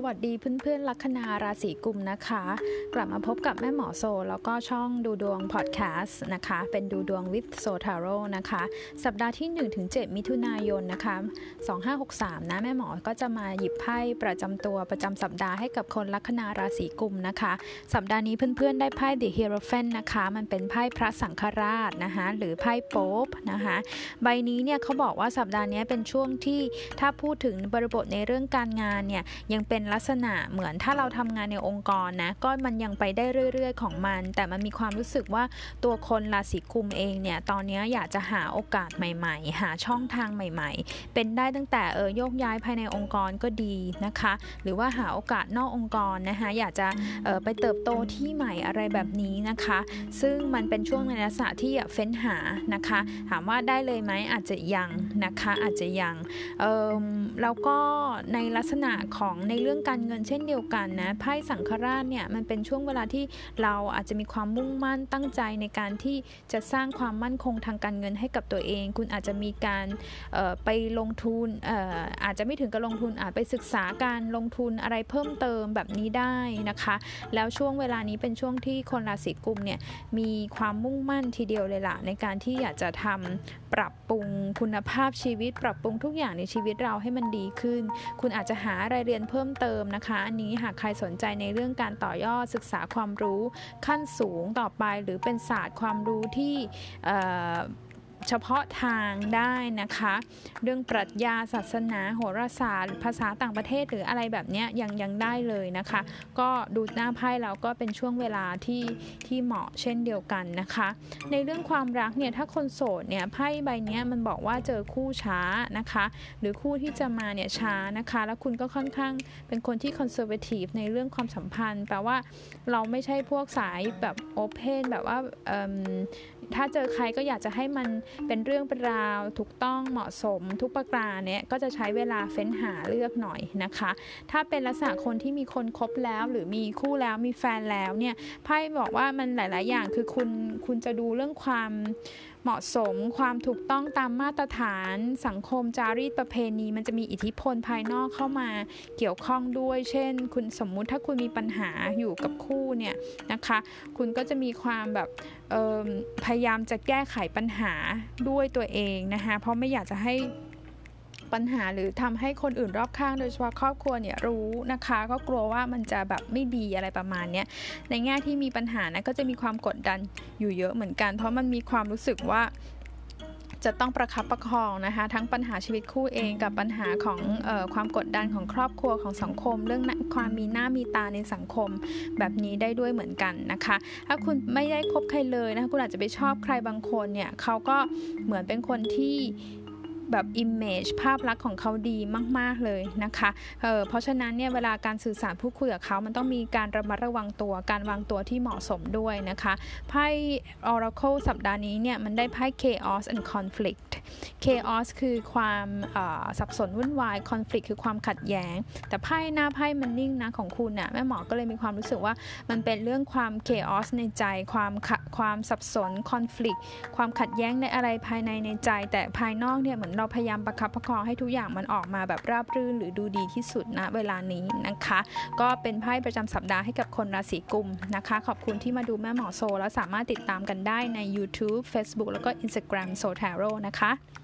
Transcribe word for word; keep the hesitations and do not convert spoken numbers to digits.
สวัสดีเพื่อนๆลัคนาราศีกุมนะคะกลับมาพบกับแม่หมอโซแล้วก็ช่องดูดวงพอดแคสต์นะคะเป็นดูดวง with Soul Tarot นะคะสัปดาห์ที่ หนึ่งถึงเจ็ด มิถุนายนนะคะสองพันห้าร้อยหกสิบสามนะแม่หมอก็จะมาหยิบไพ่ประจำตัวประจำสัปดาห์ให้กับคนลัคนาราศีกุมนะคะสัปดาห์นี้เพื่อนๆได้ไพ่ The Hierophant นะคะมันเป็นไพ่พระสังฆราชนะคะหรือไพ่โป๊ปนะคะใบนี้เนี่ยเขาบอกว่าสัปดาห์นี้เป็นช่วงที่ถ้าพูดถึงบริบทในเรื่องการงานเนี่ยยังเป็นลักษณะเหมือนถ้าเราทำงานในองค์กรนะก็มันยังไปได้เรื่อยๆของมันแต่มันมีความรู้สึกว่าตัวคนราศีกุมเองเนี่ยตอนนี้อยากจะหาโอกาสใหม่ๆหาช่องทางใหม่ๆเป็นได้ตั้งแต่เออโยกย้ายภายในองค์กรก็ดีนะคะหรือว่าหาโอกาสนอกองค์กรนะคะอยากจะเออไปเติบโตที่ใหม่อะไรแบบนี้นะคะซึ่งมันเป็นช่วงในลักษณะที่เฟ้นหานะคะถามว่าได้เลยไหมอาจจะยังนะคะอาจจะยังเออแล้วก็ในลักษณะของในเรื่องการเงินเช่นเดียวกันนะไพ่สังฆราชเนี่ยมันเป็นช่วงเวลาที่เราอาจจะมีความมุ่งมั่นตั้งใจในการที่จะสร้างความมั่นคงทางการเงินให้กับตัวเองคุณอาจจะมีการเอ่อไปลงทุนเอ่ออาจจะไม่ถึงกับลงทุนอาจไปศึกษาการลงทุนอะไรเพิ่มเติมแบบนี้ได้นะคะแล้วช่วงเวลานี้เป็นช่วงที่คนราศีกุมเนี่ยมีความมุ่งมั่นทีเดียวเลยล่ะในการที่อยากจะทำปรับปรุงคุณภาพชีวิตปรับปรุงทุกอย่างในชีวิตเราให้มันดีขึ้นคุณอาจจะหาอะไรเรียนเพิ่มเติมนะคะอันนี้หากใครสนใจในเรื่องการต่อยอดศึกษาความรู้ขั้นสูงต่อไปหรือเป็นศาสตร์ความรู้ที่เฉพาะทางได้นะคะเรื่องปรัชญาศาสนาโหราศาสตร์ภาษาต่างประเทศหรืออะไรแบบนี้ยังยังได้เลยนะคะก็ดูหน้าไพ่แล้วก็เป็นช่วงเวลาที่ที่เหมาะเช่นเดียวกันนะคะในเรื่องความรักเนี่ยถ้าคนโสดเนี่ยไพ่ใบนี้มันบอกว่าเจอคู่ช้านะคะหรือคู่ที่จะมาเนี่ยช้านะคะแล้วคุณก็ค่อนข้างเป็นคนที่คอนเซอร์เวทีฟในเรื่องความสัมพันธ์แปลว่าเราไม่ใช่พวกสายแบบโอเพนแบบว่าถ้าเจอใครก็อยากจะให้มันเป็นเรื่องเป็นราวถูกต้องเหมาะสมทุกประการเนี่ยก็จะใช้เวลาเฟ้นหาเลือกหน่อยนะคะถ้าเป็นลักษณะคนที่มีคนคบแล้วหรือมีคู่แล้วมีแฟนแล้วเนี่ยไพ่บอกว่ามันหลายๆอย่างคือคุณคุณจะดูเรื่องความเหมาะสมความถูกต้องตามมาตรฐานสังคมจารีตประเพณีมันจะมีอิทธิพลภายนอกเข้ามาเกี่ยวข้องด้วยเช่นคุณสมมุติถ้าคุณมีปัญหาอยู่กับคู่เนี่ยนะคะคุณก็จะมีความแบบพยายามจะแก้ไขปัญหาด้วยตัวเองนะคะเพราะไม่อยากจะให้ปัญหาหรือทำให้คนอื่นรอบข้างโดยเฉพาะครอบครัวเนี่ยรู้นะคะก็กลัวว่ามันจะแบบไม่ดีอะไรประมาณนี้ในแง่ที่มีปัญหานะก็จะมีความกดดันอยู่เยอะเหมือนกันเพราะมันมีความรู้สึกว่าจะต้องประคับประคองนะคะทั้งปัญหาชีวิตคู่เองกับปัญหาของเอ่อความกดดันของครอบครัวของสังคมเรื่องความมีหน้ามีตาในสังคมแบบนี้ได้ด้วยเหมือนกันนะคะถ้าคุณไม่ได้คบใครเลยนะคะคุณอาจจะไปชอบใครบางคนเนี่ยเขาก็เหมือนเป็นคนที่แบบ image ภาพลักษณ์ของเขาดีมากๆเลยนะคะเอ่อเพราะฉะนั้นเนี่ยเวลาการสื่อสารพูดคุยกับเขามันต้องมีการระมัดระวังตัวการวางตัวที่เหมาะสมด้วยนะคะไพ่ Oracle สัปดาห์นี้เนี่ยมันได้ไพ่ Chaos and Conflict Chaos คือความสับสนวุ่นวาย Conflict คือความขัดแย้งแต่ไพ่หน้าไพ่มันนิ่งนะของคุณน่ะแม่หมอก็เลยมีความรู้สึกว่ามันเป็นเรื่องความ Chaos ในใจความความสับสน Conflict ความขัดแย้งในอะไรภายในในใจแต่ภายนอกเนี่ยเหมือนเราพยายามประคับประคองให้ทุกอย่างมันออกมาแบบราบรื่นหรือดูดีที่สุดนะเวลานี้นะคะก็เป็นไพ่ประจำสัปดาห์ให้กับคนราศีกุมนะคะขอบคุณที่มาดูแม่หมอโซแล้วสามารถติดตามกันได้ใน YouTube Facebook แล้วก็ Instagram Soul Tarot นะคะ